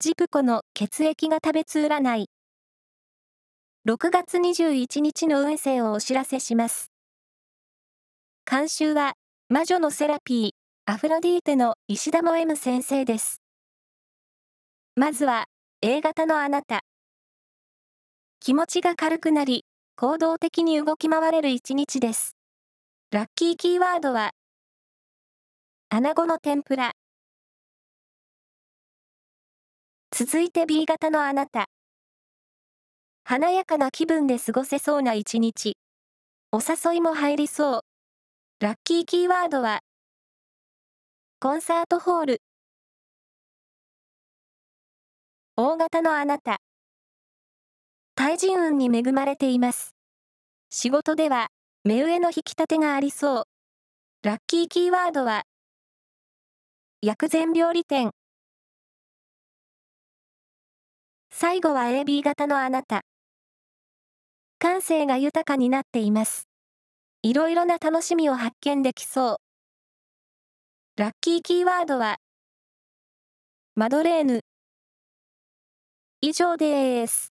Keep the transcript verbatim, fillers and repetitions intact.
ジプコの血液が食べつ占い。ろくがつにじゅういちにちの運勢をお知らせします。監修は、魔女のセラピー、アフロディーテの石田も M 先生です。まずは、A 型のあなた。気持ちが軽くなり、行動的に動き回れる一日です。ラッキーキーワードは、穴子の天ぷら。続いて B 型のあなた。華やかな気分で過ごせそうな一日。お誘いも入りそう。ラッキーキーワードは、コンサートホール。O 型のあなた。対人運に恵まれています。仕事では、目上の引き立てがありそう。ラッキーキーワードは、薬膳料理店。最後は エービー 型のあなた。感性が豊かになっています。いろいろな楽しみを発見できそう。ラッキーキーワードは、マドレーヌ。以上です。